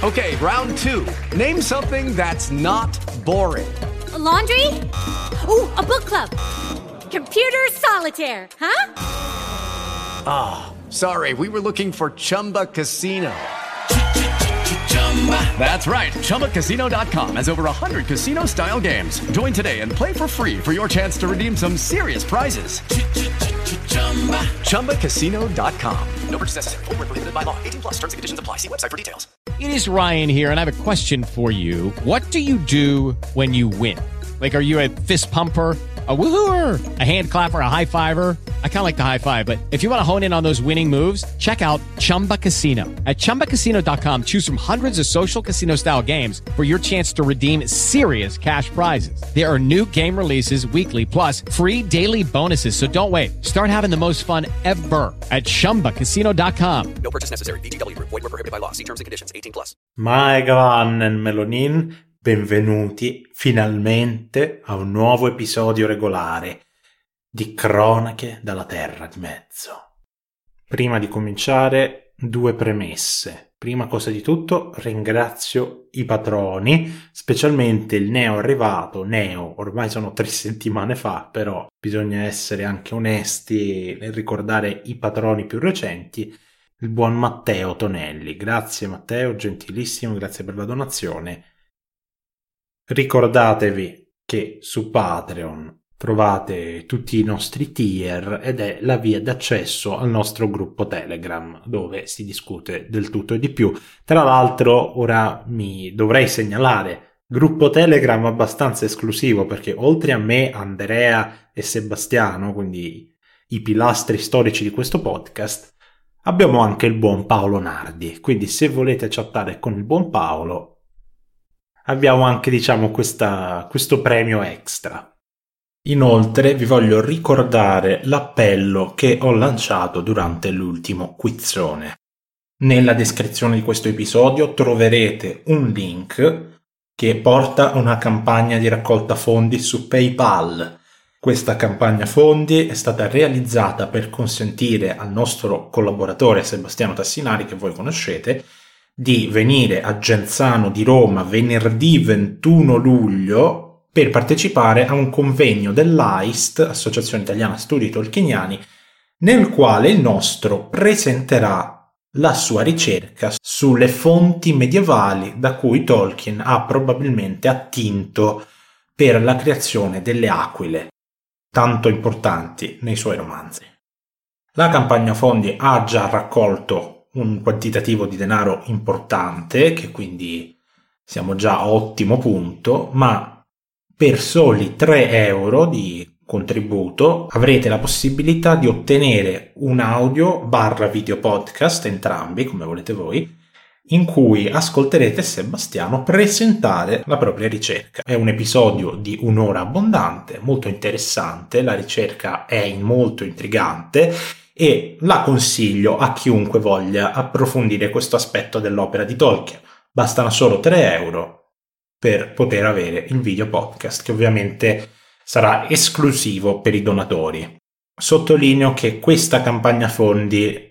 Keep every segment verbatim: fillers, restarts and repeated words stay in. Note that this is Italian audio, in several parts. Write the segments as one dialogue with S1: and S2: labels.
S1: Okay, round two. Name something that's not boring.
S2: A laundry? Ooh, a book club. Computer solitaire, huh?
S1: Ah, oh, sorry, we were looking for Chumba Casino. That's right, Chumba Casino dot com has over one hundred casino-style games. Join today and play for free for your chance to redeem some serious prizes. Chumba Casino dot com. No purchase necessary. Void where prohibited by law. eighteen plus terms and conditions apply. See website for details.
S3: It is Ryan here, and I have a question for you. What do you do when you win? Like, are you a fist pumper, a woohooer, a hand clapper, a high fiver? I kind of like the high five, but if you want to hone in on those winning moves, check out Chumba Casino. At Chumba Casino dot com, choose from hundreds of social casino-style games for your chance to redeem serious cash prizes. There are new game releases weekly, plus free daily bonuses, so don't wait. Start having the most fun ever at Chumba Casino dot com.
S1: No purchase necessary. V G W Group. Void where prohibited by law. See terms and conditions. eighteen plus.
S4: Maegavan e Melonin, benvenuti finalmente a un nuovo episodio regolare di Cronache dalla Terra di Mezzo. Prima di cominciare, due premesse. Prima cosa di tutto, ringrazio i patroni, specialmente il neo arrivato, neo, ormai sono tre settimane fa, però bisogna essere anche onesti nel ricordare i patroni più recenti, il buon Matteo Tonelli. Grazie Matteo, gentilissimo, grazie per la donazione. Ricordatevi che su Patreon trovate tutti i nostri tier ed è la via d'accesso al nostro gruppo Telegram dove si discute del tutto e di più. Tra l'altro ora mi dovrei segnalare gruppo Telegram abbastanza esclusivo perché oltre a me, Andrea e Sebastiano, quindi i pilastri storici di questo podcast, abbiamo anche il buon Paolo Nardi. Quindi se volete chattare con il buon Paolo abbiamo anche, diciamo, questa, questo premio extra. Inoltre vi voglio ricordare l'appello che ho lanciato durante l'ultimo quizzone. Nella descrizione di questo episodio troverete un link che porta a una campagna di raccolta fondi su PayPal. Questa campagna fondi è stata realizzata per consentire al nostro collaboratore Sebastiano Tassinari, che voi conoscete, di venire a Genzano di Roma venerdì ventuno luglio per partecipare a un convegno dell'A I S T, Associazione Italiana Studi Tolkieniani, nel quale il nostro presenterà la sua ricerca sulle fonti medievali da cui Tolkien ha probabilmente attinto per la creazione delle aquile, tanto importanti nei suoi romanzi. La campagna fondi ha già raccolto un quantitativo di denaro importante, che quindi siamo già a ottimo punto, ma per soli tre euro di contributo avrete la possibilità di ottenere un audio barra video podcast, entrambi come volete voi, in cui ascolterete Sebastiano presentare la propria ricerca. È un episodio di un'ora abbondante, molto interessante, la ricerca è molto intrigante e la consiglio a chiunque voglia approfondire questo aspetto dell'opera di Tolkien. Bastano solo tre euro per poter avere il video podcast, che ovviamente sarà esclusivo per i donatori. Sottolineo che questa campagna fondi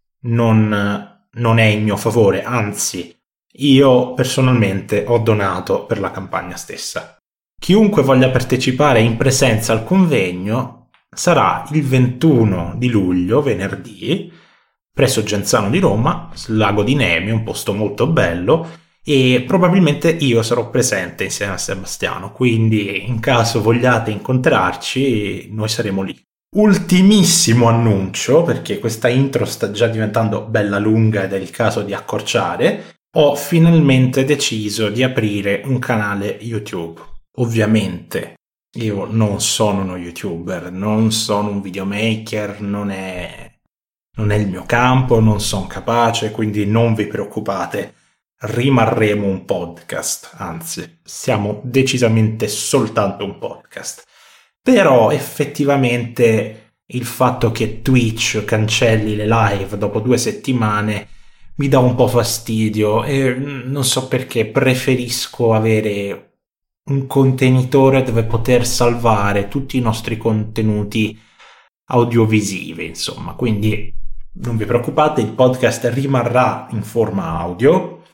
S4: non, non è in mio favore, anzi, io personalmente ho donato per la campagna stessa. Chiunque voglia partecipare in presenza al convegno sarà il ventuno di luglio, venerdì, presso Genzano di Roma, sul lago di Nemi, un posto molto bello, e probabilmente io sarò presente insieme a Sebastiano, quindi in caso vogliate incontrarci noi saremo lì. Ultimissimo annuncio, perché questa intro sta già diventando bella lunga ed è il caso di accorciare, ho finalmente deciso di aprire un canale YouTube. Ovviamente io non sono uno YouTuber, non sono un videomaker, non è, non è il mio campo, non sono capace, quindi non vi preoccupate. Rimarremo un podcast, anzi, siamo decisamente soltanto un podcast. Però effettivamente il fatto che Twitch cancelli le live dopo due settimane mi dà un po' fastidio e non so perché preferisco avere un contenitore dove poter salvare tutti i nostri contenuti audiovisivi, insomma. Quindi non vi preoccupate, il podcast rimarrà in forma audio.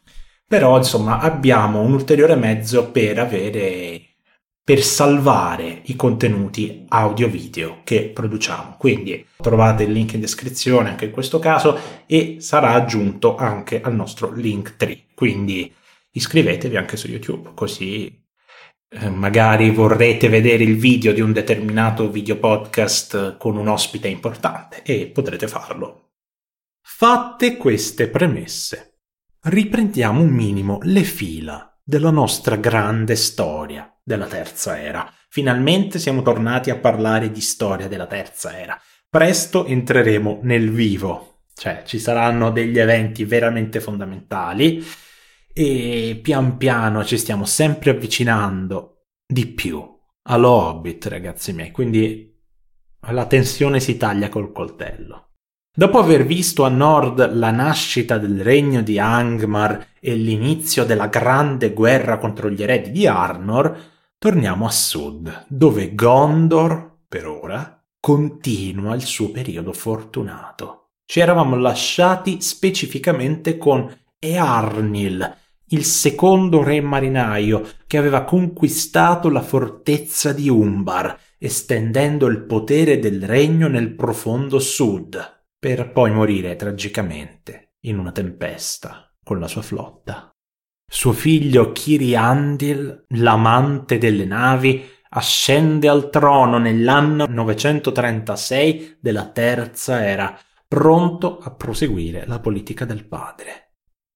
S4: Però insomma abbiamo un ulteriore mezzo per avere per salvare i contenuti audio-video che produciamo. Quindi trovate il link in descrizione anche in questo caso e sarà aggiunto anche al nostro Linktree. Quindi iscrivetevi anche su YouTube, così eh, magari vorrete vedere il video di un determinato video podcast con un ospite importante e potrete farlo. Fatte queste premesse, riprendiamo un minimo le fila della nostra grande storia della Terza Era. Finalmente siamo tornati a parlare di storia della Terza Era. Presto entreremo nel vivo, cioè ci saranno degli eventi veramente fondamentali e pian piano ci stiamo sempre avvicinando di più allo Hobbit, ragazzi miei, quindi la tensione si taglia col coltello. Dopo aver visto a nord la nascita del regno di Angmar e l'inizio della grande guerra contro gli eredi di Arnor, torniamo a sud, dove Gondor, per ora, continua il suo periodo fortunato. Ci eravamo lasciati specificamente con Earnil, il secondo re marinaio che aveva conquistato la fortezza di Umbar, estendendo il potere del regno nel profondo sud, per poi morire tragicamente in una tempesta con la sua flotta. Suo figlio Kiri-Andil, l'amante delle navi, ascende al trono nell'anno novecentotrentasei della Terza Era, pronto a proseguire la politica del padre.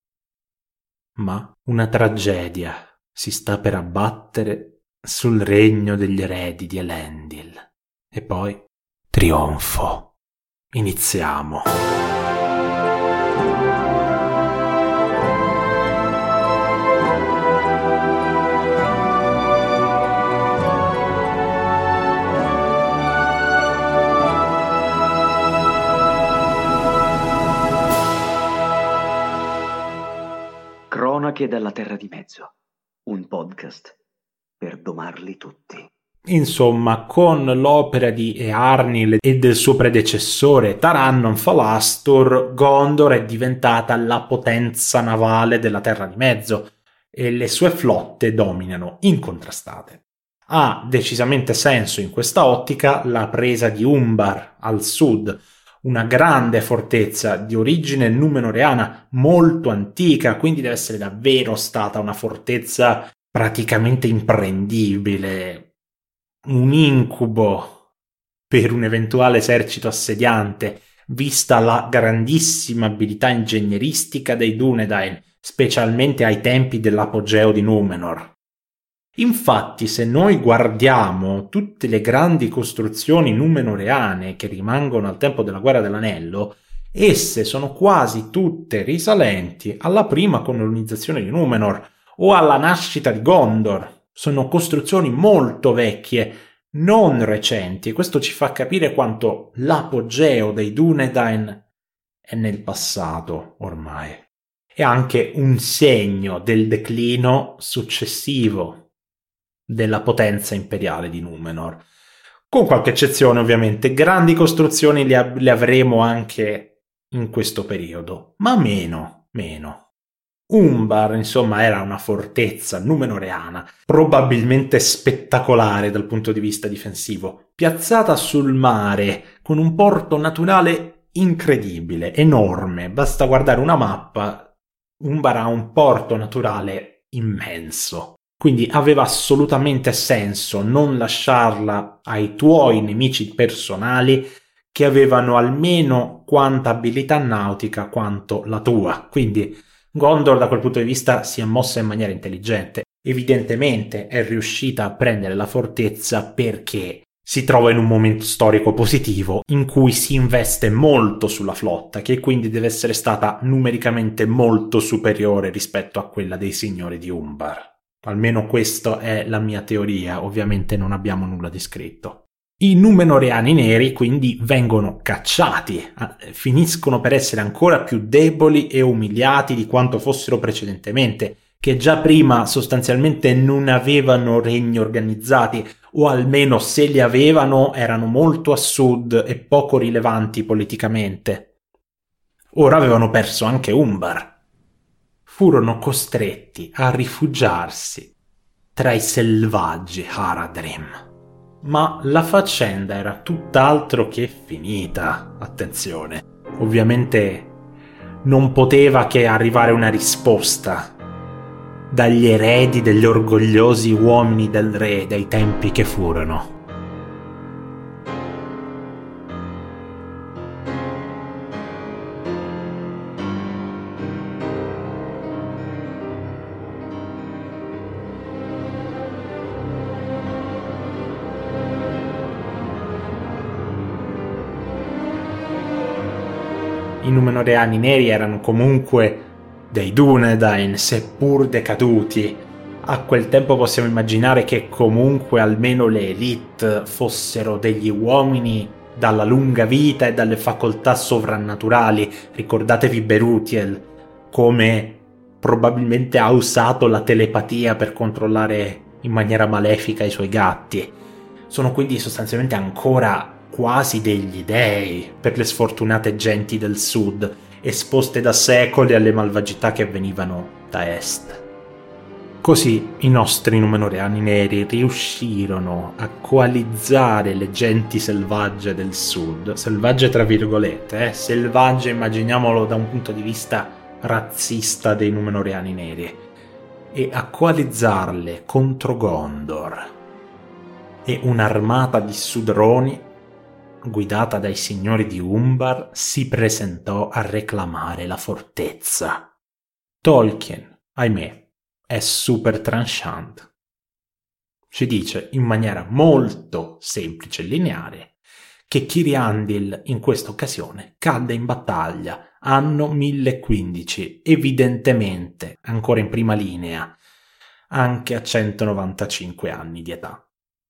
S4: Ma una tragedia si sta per abbattere sul regno degli eredi di Elendil. E poi trionfo. Iniziamo.
S5: Cronache dalla Terra di Mezzo, un podcast per domarli tutti.
S4: Insomma, con l'opera di Earnil e del suo predecessore Tarannon Falastur, Gondor è diventata la potenza navale della Terra di Mezzo e le sue flotte dominano incontrastate. Ha decisamente senso in questa ottica la presa di Umbar al sud, una grande fortezza di origine numenoreana molto antica, quindi deve essere davvero stata una fortezza praticamente imprendibile, un incubo per un eventuale esercito assediante, vista la grandissima abilità ingegneristica dei Dúnedain, specialmente ai tempi dell'apogeo di Númenor. Infatti, se noi guardiamo tutte le grandi costruzioni numenoreane che rimangono al tempo della Guerra dell'Anello, esse sono quasi tutte risalenti alla prima colonizzazione di Númenor o alla nascita di Gondor. Sono costruzioni molto vecchie, non recenti, e questo ci fa capire quanto l'apogeo dei Dúnedain è nel passato ormai. È anche un segno del declino successivo della potenza imperiale di Númenor. Con qualche eccezione, ovviamente, grandi costruzioni le, ab- le avremo anche in questo periodo, ma meno, meno. Umbar, insomma, era una fortezza numenoreana, probabilmente spettacolare dal punto di vista difensivo, piazzata sul mare, con un porto naturale incredibile, enorme. Basta guardare una mappa, Umbar ha un porto naturale immenso. Quindi aveva assolutamente senso non lasciarla ai tuoi nemici personali che avevano almeno quanta abilità nautica quanto la tua. Quindi Gondor da quel punto di vista si è mossa in maniera intelligente. Evidentemente è riuscita a prendere la fortezza perché si trova in un momento storico positivo in cui si investe molto sulla flotta, che quindi deve essere stata numericamente molto superiore rispetto a quella dei signori di Umbar. Almeno questa è la mia teoria, ovviamente non abbiamo nulla di scritto. I Numenoreani neri quindi vengono cacciati, finiscono per essere ancora più deboli e umiliati di quanto fossero precedentemente, che già prima sostanzialmente non avevano regni organizzati, o almeno se li avevano erano molto a sud e poco rilevanti politicamente. Ora avevano perso anche Umbar. furono costretti a rifugiarsi tra i selvaggi Haradrim. Ma la faccenda era tutt'altro che finita, attenzione. Ovviamente non poteva che arrivare una risposta dagli eredi degli orgogliosi uomini del re dei tempi che furono. I Numenoreani neri erano comunque dei Dúnedain, seppur decaduti. A quel tempo possiamo immaginare che comunque almeno le elite fossero degli uomini dalla lunga vita e dalle facoltà sovrannaturali. Ricordatevi Beruthiel, come probabilmente ha usato la telepatia per controllare in maniera malefica i suoi gatti. Sono quindi sostanzialmente ancora quasi degli dei per le sfortunate genti del sud, esposte da secoli alle malvagità che venivano da est. Così i nostri Numenoreani neri riuscirono a coalizzare le genti selvagge del sud, selvagge tra virgolette, eh? selvagge immaginiamolo da un punto di vista razzista dei Numenoreani neri, e a coalizzarle contro Gondor. E un'armata di sudroni guidata dai signori di Umbar, si presentò a reclamare la fortezza. Tolkien, ahimè, è super tranchant. Ci dice in maniera molto semplice e lineare che Ciriandil in questa occasione cadde in battaglia, anno mille quindici, evidentemente ancora in prima linea, anche a centonovantacinque anni di età.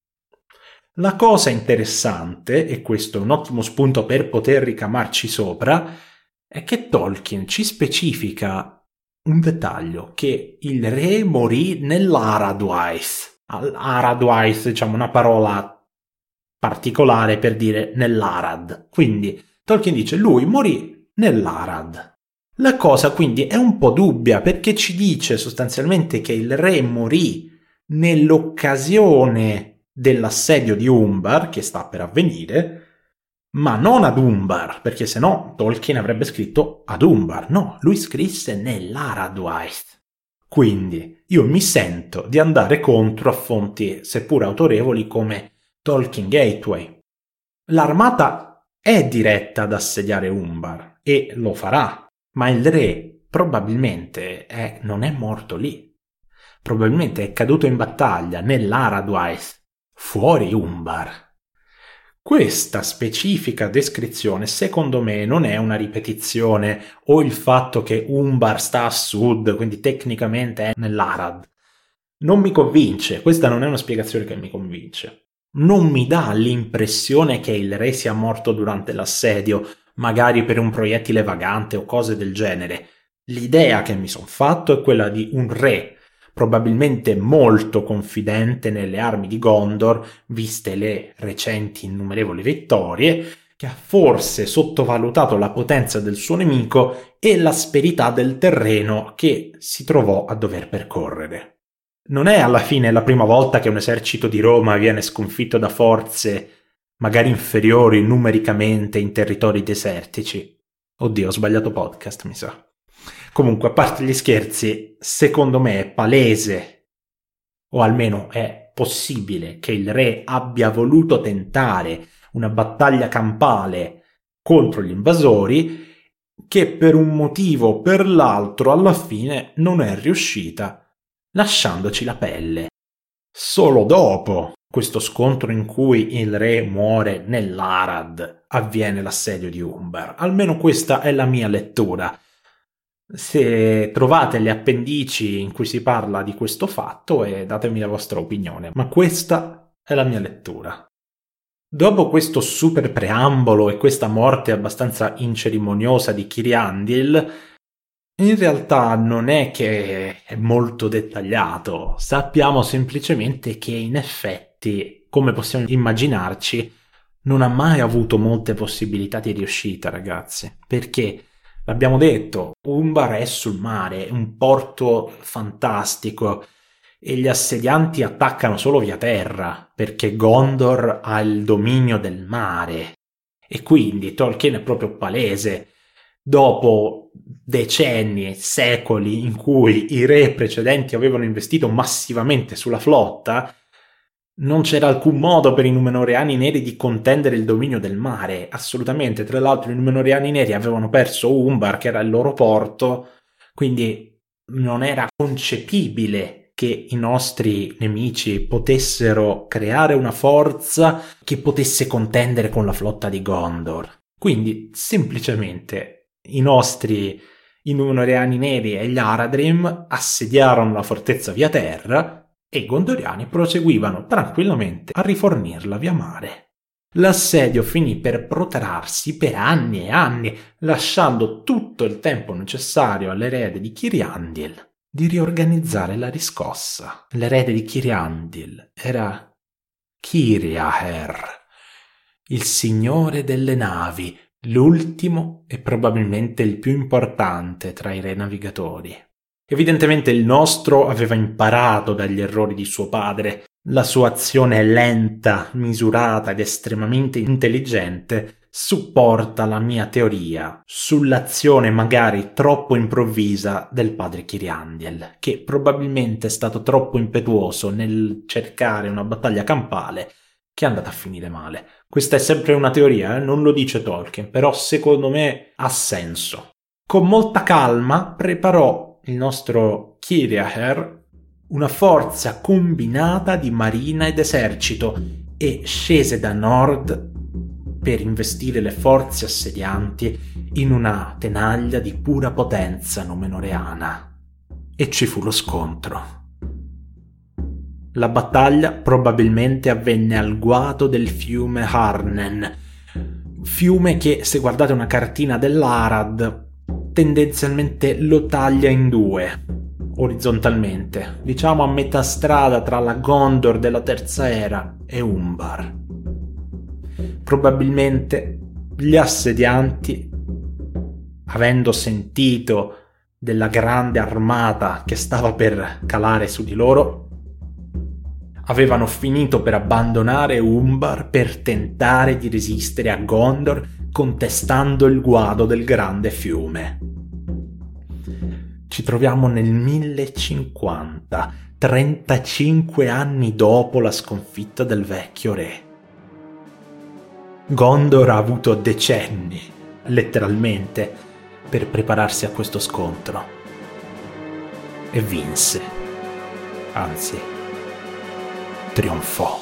S4: La cosa interessante, e questo è un ottimo spunto per poter ricamarci sopra, è che Tolkien ci specifica un dettaglio, che il re morì nell'Aradwaith. Aradwaith, diciamo, una parola particolare per dire nell'Arad. Quindi Tolkien dice lui morì nell'Arad. La cosa quindi è un po' dubbia, perché ci dice sostanzialmente che il re morì nell'occasione dell'assedio di Umbar, che sta per avvenire, ma non ad Umbar, perché sennò Tolkien avrebbe scritto ad Umbar. No, lui scrisse nell'Aradwaith. Quindi io mi sento di andare contro a fonti seppur autorevoli come Tolkien Gateway. L'armata è diretta ad assediare Umbar e lo farà, ma il re probabilmente è, non è morto lì. Probabilmente è caduto in battaglia nell'Aradwaith, fuori Umbar. Questa specifica descrizione secondo me non è una ripetizione o il fatto che Umbar sta a sud, quindi tecnicamente è nell'Arad. Non mi convince, questa non è una spiegazione che mi convince. Non mi dà l'impressione che il re sia morto durante l'assedio, magari per un proiettile vagante o cose del genere. L'idea che mi son fatto è quella di un re probabilmente molto confidente nelle armi di Gondor, viste le recenti innumerevoli vittorie, che ha forse sottovalutato la potenza del suo nemico e l'asperità del terreno che si trovò a dover percorrere. Non è alla fine la prima volta che un esercito di Roma viene sconfitto da forze magari inferiori numericamente in territori desertici. Oddio, ho sbagliato podcast, mi sa. Comunque, a parte gli scherzi, secondo me è palese, o almeno è possibile, che il re abbia voluto tentare una battaglia campale contro gli invasori, che per un motivo o per l'altro alla fine non è riuscita, lasciandoci la pelle. Solo dopo questo scontro in cui il re muore nell'Arad avviene l'assedio di Umbar. Almeno questa è la mia lettura. Se trovate le appendici in cui si parla di questo fatto e datemi la vostra opinione, ma questa è la mia lettura. Dopo questo super preambolo e questa morte abbastanza incerimoniosa di Ciriandil, in realtà non è che è molto dettagliato, sappiamo semplicemente che in effetti, come possiamo immaginarci, non ha mai avuto molte possibilità di riuscita, ragazzi, perché L'abbiamo detto, Umbar è sul mare, è un porto fantastico e gli assedianti attaccano solo via terra perché Gondor ha il dominio del mare e quindi Tolkien è proprio palese. Dopo decenni e secoli in cui i re precedenti avevano investito massivamente sulla flotta, non c'era alcun modo per i Numenoreani neri di contendere il dominio del mare, assolutamente. Tra l'altro i Numenoreani neri avevano perso Umbar, che era il loro porto, quindi non era concepibile che i nostri nemici potessero creare una forza che potesse contendere con la flotta di Gondor. Quindi semplicemente i nostri i Numenoreani neri e gli Haradrim assediarono la fortezza via terra e i gondoriani proseguivano tranquillamente a rifornirla via mare. L'assedio finì per protrarsi per anni e anni, lasciando tutto il tempo necessario all'erede di Ciriandil di riorganizzare la riscossa. L'erede di Ciriandil era Kiriaher, il signore delle navi, l'ultimo e probabilmente il più importante tra i re navigatori. Evidentemente il nostro aveva imparato dagli errori di suo padre. La sua azione lenta, misurata ed estremamente intelligente supporta la mia teoria sull'azione magari troppo improvvisa del padre Ciriandil, che probabilmente è stato troppo impetuoso nel cercare una battaglia campale che è andata a finire male. Questa è sempre una teoria, eh? Non lo dice Tolkien, però secondo me ha senso. Con molta calma preparò il nostro Kiriaher una forza combinata di marina ed esercito e scese da nord per investire le forze assedianti in una tenaglia di pura potenza numenoreana. E ci fu lo scontro. La battaglia probabilmente avvenne al guado del fiume Harnen, fiume che, se guardate una cartina dell'Arad, tendenzialmente lo taglia in due, orizzontalmente, diciamo a metà strada tra la Gondor della Terza Era e Umbar. Probabilmente gli assedianti, avendo sentito della grande armata che stava per calare su di loro, avevano finito per abbandonare Umbar per tentare di resistere a Gondor contestando il guado del grande fiume. Ci troviamo nel millecinquanta, trentacinque anni dopo la sconfitta del vecchio re. Gondor ha avuto decenni, letteralmente, per prepararsi a questo scontro. E vinse. Anzi, trionfò.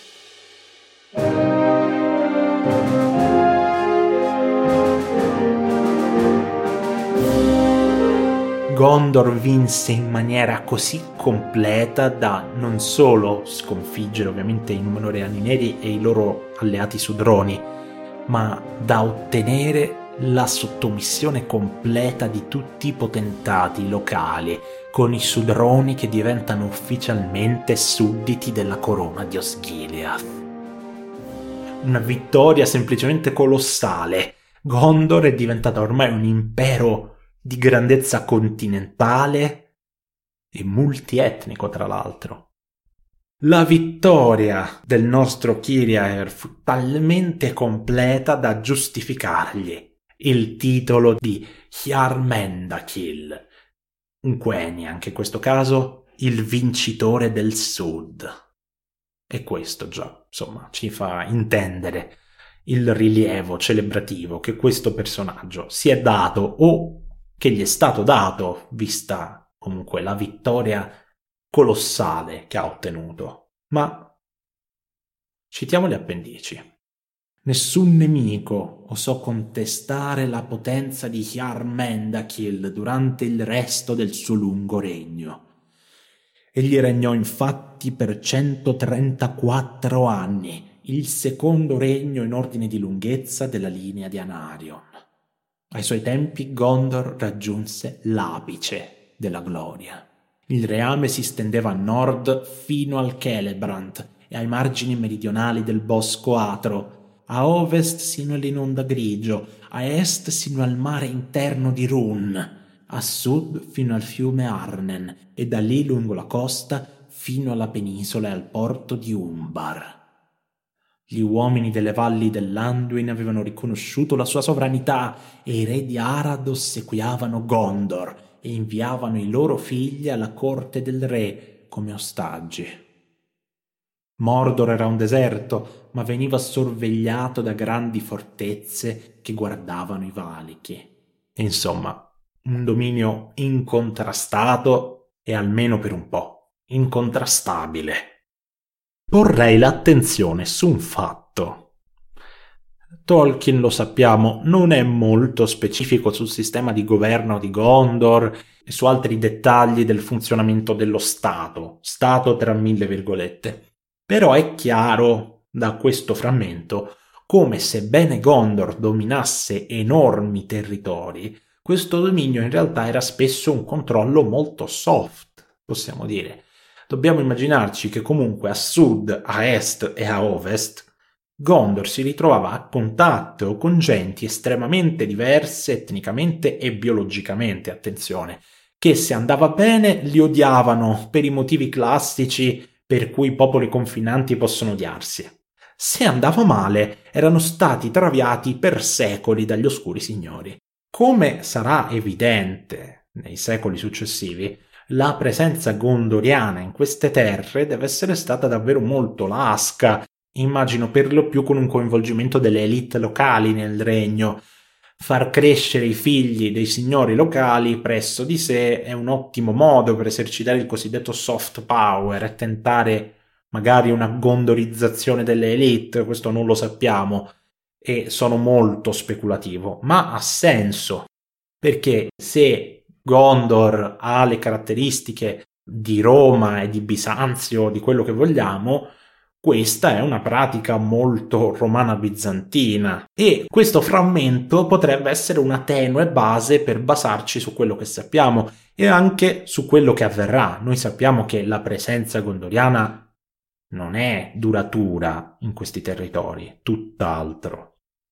S4: Gondor vinse in maniera così completa da non solo sconfiggere ovviamente i Numenoreani neri e i loro alleati sudroni, ma da ottenere la sottomissione completa di tutti i potentati locali, con i sudroni che diventano ufficialmente sudditi della corona di Osgiliath. Una vittoria semplicemente colossale. Gondor è diventata ormai un impero di grandezza continentale e multietnico, tra l'altro. La vittoria del nostro Kiriaher fu talmente completa da giustificargli il titolo di Jarmendakill, un Quenya, anche in questo caso il vincitore del Sud. E questo già, insomma, ci fa intendere il rilievo celebrativo che questo personaggio si è dato o che gli è stato dato, vista comunque la vittoria colossale che ha ottenuto. Ma citiamo le appendici. Nessun nemico osò contestare la potenza di Jarmendakill durante il resto del suo lungo regno. Egli regnò infatti per centotrentaquattro anni, il secondo regno in ordine di lunghezza della linea di Anarion. Ai suoi tempi Gondor raggiunse l'apice della gloria. Il reame si stendeva a nord fino al Celebrant e ai margini meridionali del bosco Atro, a ovest sino all'Inonda Grigio, a est sino al mare interno di Run, a sud fino al fiume Arnen e da lì lungo la costa fino alla penisola e al porto di Umbar. Gli uomini delle valli dell'Anduin avevano riconosciuto la sua sovranità e i re di Arad ossequiavano Gondor e inviavano i loro figli alla corte del re come ostaggi. Mordor era un deserto, ma veniva sorvegliato da grandi fortezze che guardavano i valichi. Insomma, un dominio incontrastato e almeno per un po' incontrastabile. Porrei l'attenzione su un fatto. Tolkien, lo sappiamo, non è molto specifico sul sistema di governo di Gondor e su altri dettagli del funzionamento dello Stato, Stato tra mille virgolette. Però è chiaro da questo frammento come, sebbene Gondor dominasse enormi territori, questo dominio in realtà era spesso un controllo molto soft, possiamo dire. Dobbiamo immaginarci che comunque a sud, a est e a ovest Gondor si ritrovava a contatto con genti estremamente diverse etnicamente e biologicamente, attenzione, che se andava bene li odiavano per i motivi classici per cui i popoli confinanti possono odiarsi. Se andava male, erano stati traviati per secoli dagli oscuri signori. Come sarà evidente nei secoli successivi, la presenza gondoriana in queste terre deve essere stata davvero molto lasca, immagino per lo più con un coinvolgimento delle elite locali nel regno. Far crescere i figli dei signori locali presso di sé è un ottimo modo per esercitare il cosiddetto soft power e tentare magari una gondorizzazione delle elite, questo non lo sappiamo e sono molto speculativo, ma ha senso, perché se Gondor ha le caratteristiche di Roma e di Bisanzio, di quello che vogliamo, questa è una pratica molto romana-bizantina e questo frammento potrebbe essere una tenue base per basarci su quello che sappiamo e anche su quello che avverrà. Noi sappiamo che la presenza gondoriana non è duratura in questi territori, tutt'altro.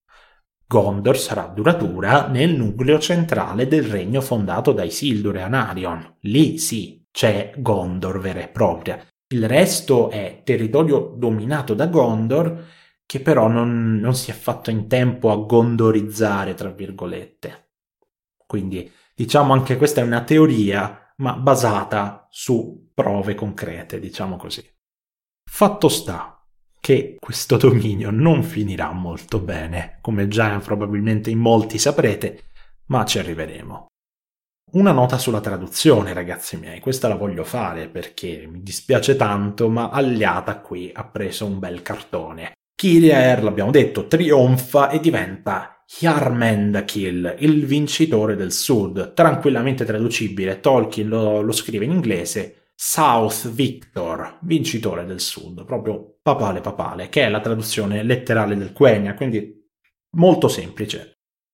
S4: Gondor sarà duratura nel nucleo centrale del regno fondato da Isildur e Anarion. Lì sì, c'è Gondor vera e propria. Il resto è territorio dominato da Gondor, che però non, non si è fatto in tempo a gondorizzare, tra virgolette. Quindi, diciamo, anche questa è una teoria, ma basata su prove concrete, diciamo così. Fatto sta che questo dominio non finirà molto bene, come già probabilmente in molti saprete, ma ci arriveremo. Una nota sulla traduzione, ragazzi miei, questa la voglio fare perché mi dispiace tanto, ma Aliata qui ha preso un bel cartone. Kiriaer, l'abbiamo detto, trionfa e diventa Jarmendakill, il vincitore del sud, tranquillamente traducibile. Tolkien lo, lo scrive in inglese, South Victor, vincitore del sud, proprio papale papale, che è la traduzione letterale del Quenya, quindi molto semplice.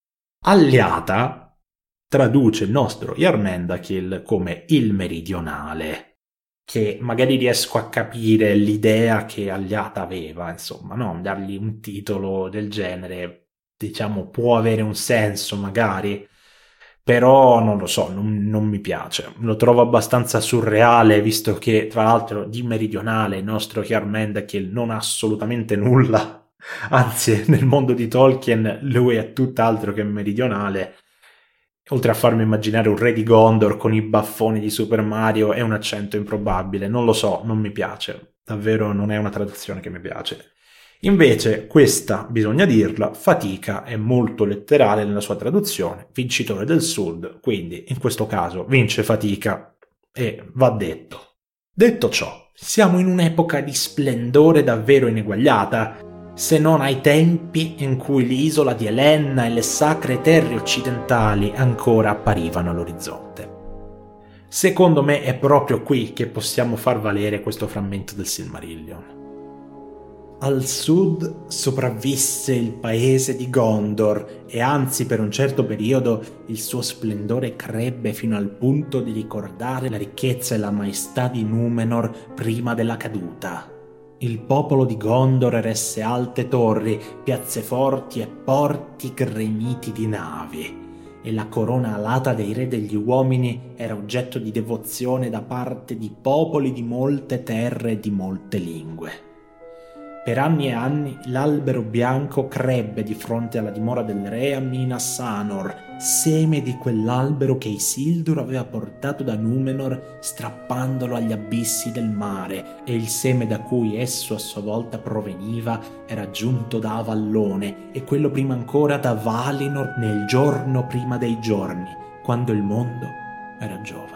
S4: Aliata traduce il nostro Jarmendakill come il meridionale, che magari riesco a capire l'idea che Aliata aveva, insomma, no? Dargli un titolo del genere, diciamo, può avere un senso magari, però non lo so, non, non mi piace. Lo trovo abbastanza surreale, visto che, tra l'altro, di meridionale il nostro Jarmendakill non ha assolutamente nulla, anzi, nel mondo di Tolkien lui è tutt'altro che meridionale. Oltre a farmi immaginare un re di Gondor con i baffoni di Super Mario e un accento improbabile, non lo so, non mi piace, davvero non è una traduzione che mi piace. Invece questa, bisogna dirla, Fatica è molto letterale nella sua traduzione, vincitore del sud, quindi in questo caso vince Fatica e va detto. Detto ciò, siamo in un'epoca di splendore davvero ineguagliata, se non ai tempi in cui l'isola di Elenna e le sacre terre occidentali ancora apparivano all'orizzonte. Secondo me è proprio qui che possiamo far valere questo frammento del Silmarillion. Al sud sopravvisse il paese di Gondor e anzi per un certo periodo il suo splendore crebbe fino al punto di ricordare la ricchezza e la maestà di Númenor prima della caduta. Il popolo di Gondor eresse alte torri, piazze forti e porti gremiti di navi, e la corona alata dei re degli uomini era oggetto di devozione da parte di popoli di molte terre e di molte lingue. Per anni e anni l'albero bianco crebbe di fronte alla dimora del re a Minas Anor, seme di quell'albero che Isildur aveva portato da Númenor strappandolo agli abissi del mare, e il seme da cui esso a sua volta proveniva era giunto da Avallone e quello prima ancora da Valinor nel giorno prima dei giorni, quando il mondo era giovane.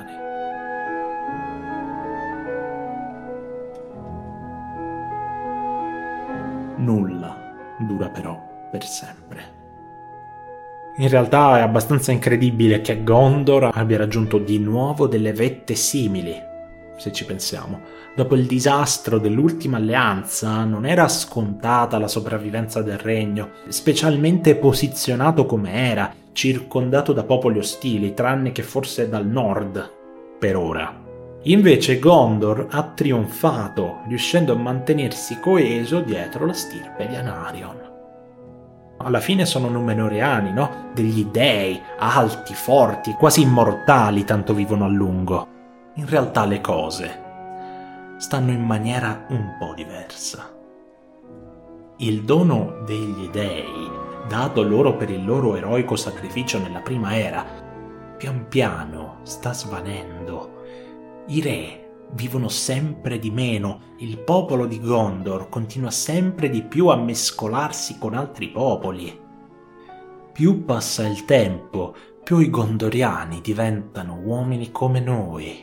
S4: Nulla dura però per sempre. In realtà è abbastanza incredibile che Gondor abbia raggiunto di nuovo delle vette simili, se ci pensiamo. Dopo il disastro dell'ultima alleanza non era scontata la sopravvivenza del regno, specialmente posizionato come era, circondato da popoli ostili, tranne che forse dal nord, per ora. Invece Gondor ha trionfato, riuscendo a mantenersi coeso dietro la stirpe di Anarion. Alla fine sono Númenóreani, no? Degli dei, alti, forti, quasi immortali, tanto vivono a lungo. In realtà le cose stanno in maniera un po' diversa. Il dono degli dei, dato loro per il loro eroico sacrificio nella prima era, pian piano sta svanendo. I re vivono sempre di meno, il popolo di Gondor continua sempre di più a mescolarsi con altri popoli. Più passa il tempo, più i gondoriani diventano uomini come noi.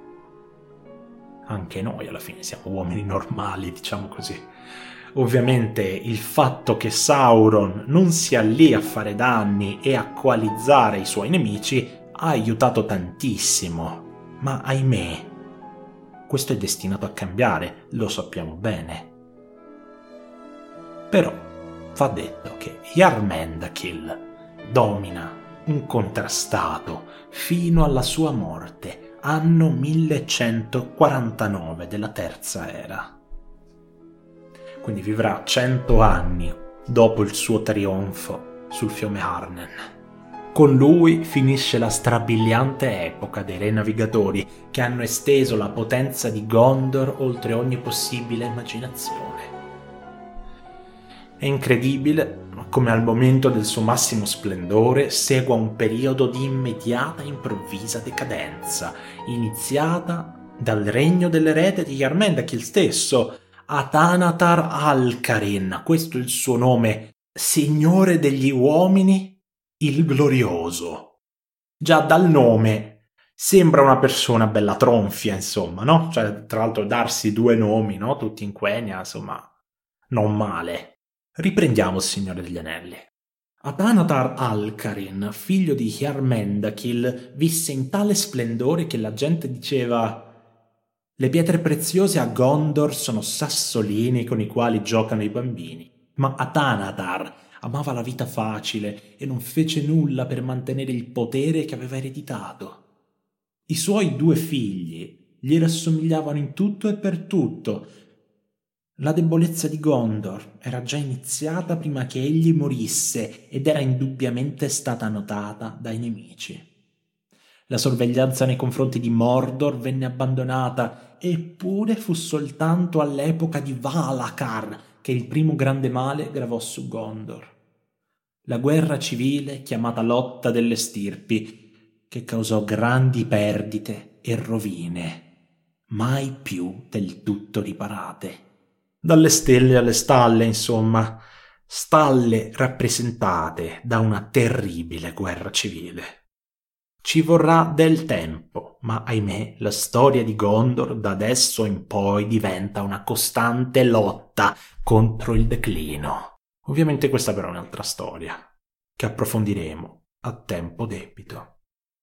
S4: Anche noi alla fine siamo uomini normali, diciamo così. Ovviamente il fatto che Sauron non sia lì a fare danni e a coalizzare i suoi nemici ha aiutato tantissimo. Ma ahimè, questo è destinato a cambiare, lo sappiamo bene. Però va detto che Jormungandr domina incontrastato fino alla sua morte, anno millecentoquarantanove della Terza Era. Quindi vivrà cento anni dopo il suo trionfo sul fiume Arnen. Con lui finisce la strabiliante epoca dei re navigatori che hanno esteso la potenza di Gondor oltre ogni possibile immaginazione. È incredibile come al momento del suo massimo splendore segua un periodo di immediata e improvvisa decadenza, iniziata dal regno dell'erede di Jormungandr stesso, Athanatar Alcarin, questo è il suo nome, signore degli uomini, il glorioso. Già dal nome sembra una persona bella tronfia, insomma, no? Cioè, tra l'altro darsi due nomi, no? Tutti in Quenya, insomma, non male. Riprendiamo il Signore degli Anelli. Athanatar Alcarin, figlio di Jormungandr, visse in tale splendore che la gente diceva: le pietre preziose a Gondor sono sassolini con i quali giocano i bambini. Ma Athanatar amava la vita facile e non fece nulla per mantenere il potere che aveva ereditato. I suoi due figli gli rassomigliavano in tutto e per tutto. La debolezza di Gondor era già iniziata prima che egli morisse ed era indubbiamente stata notata dai nemici. La sorveglianza nei confronti di Mordor venne abbandonata, eppure fu soltanto all'epoca di Valacar che il primo grande male gravò su Gondor. La guerra civile chiamata Lotta delle Stirpi, che causò grandi perdite e rovine, mai più del tutto riparate. Dalle stelle alle stalle, insomma, stalle rappresentate da una terribile guerra civile. Ci vorrà del tempo, ma ahimè la storia di Gondor da adesso in poi diventa una costante lotta contro il declino. Ovviamente questa però è un'altra storia, che approfondiremo a tempo debito.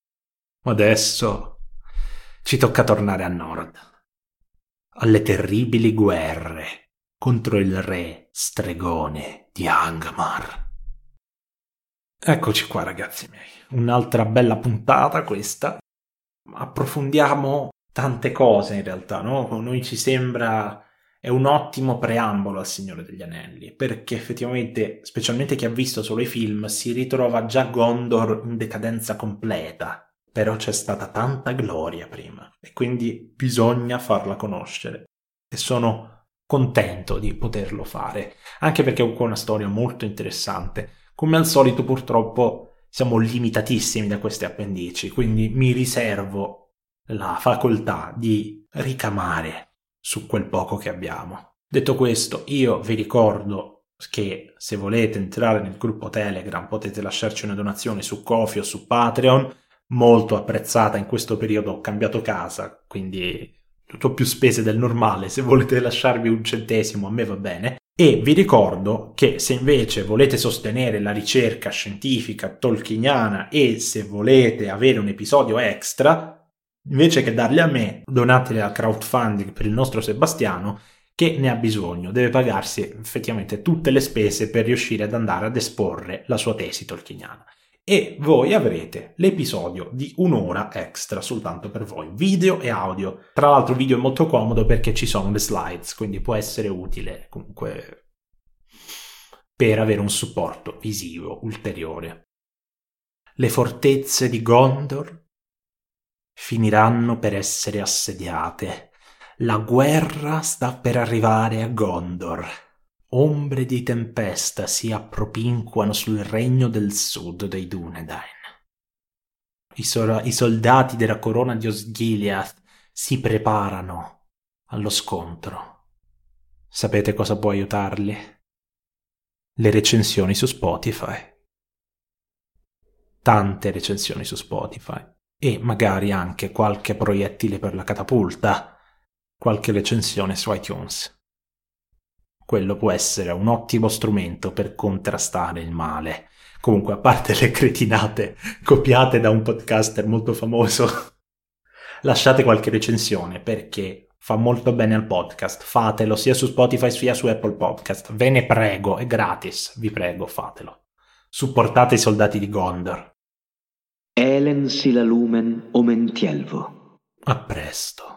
S4: Adesso ci tocca tornare a nord, alle terribili guerre contro il re stregone di Angmar. Eccoci qua, ragazzi miei, un'altra bella puntata questa. Approfondiamo tante cose in realtà, no? A noi ci sembra è un ottimo preambolo al Signore degli Anelli, perché effettivamente, specialmente chi ha visto solo i film, si ritrova già Gondor in decadenza completa, però c'è stata tanta gloria prima, e quindi bisogna farla conoscere, e sono contento di poterlo fare, anche perché è una storia molto interessante. Come al solito, purtroppo, siamo limitatissimi da queste appendici, quindi mi riservo la facoltà di ricamare su quel poco che abbiamo. Detto questo, io vi ricordo che se volete entrare nel gruppo Telegram potete lasciarci una donazione su Ko-fi o su Patreon, molto apprezzata. In questo periodo ho cambiato casa, quindi tutto più spese del normale. Se volete lasciarvi un centesimo a me va bene. E vi ricordo che se invece volete sostenere la ricerca scientifica tolkieniana e se volete avere un episodio extra, invece che darli a me, donateli al crowdfunding per il nostro Sebastiano, che ne ha bisogno, deve pagarsi effettivamente tutte le spese per riuscire ad andare ad esporre la sua tesi tolkieniana. E voi avrete l'episodio di un'ora extra soltanto per voi, video e audio. Tra l'altro video è molto comodo perché ci sono le slides, quindi può essere utile comunque per avere un supporto visivo ulteriore. Le fortezze di Gondor finiranno per essere assediate. La guerra sta per arrivare a Gondor. Ombre di tempesta si appropinquano sul regno del sud dei Dúnedain. I, so- I soldati della corona di Osgiliath si preparano allo scontro. Sapete cosa può aiutarli? Le recensioni su Spotify. Tante recensioni su Spotify. E magari anche qualche proiettile per la catapulta, qualche recensione su iTunes. Quello può essere un ottimo strumento per contrastare il male. Comunque, a parte le cretinate copiate da un podcaster molto famoso, lasciate qualche recensione perché fa molto bene al podcast. Fatelo sia su Spotify sia su Apple Podcast. Ve ne prego, è gratis, vi prego, fatelo. Supportate i soldati di Gondor.
S5: Elen Silalumen Omentielvo.
S4: A presto.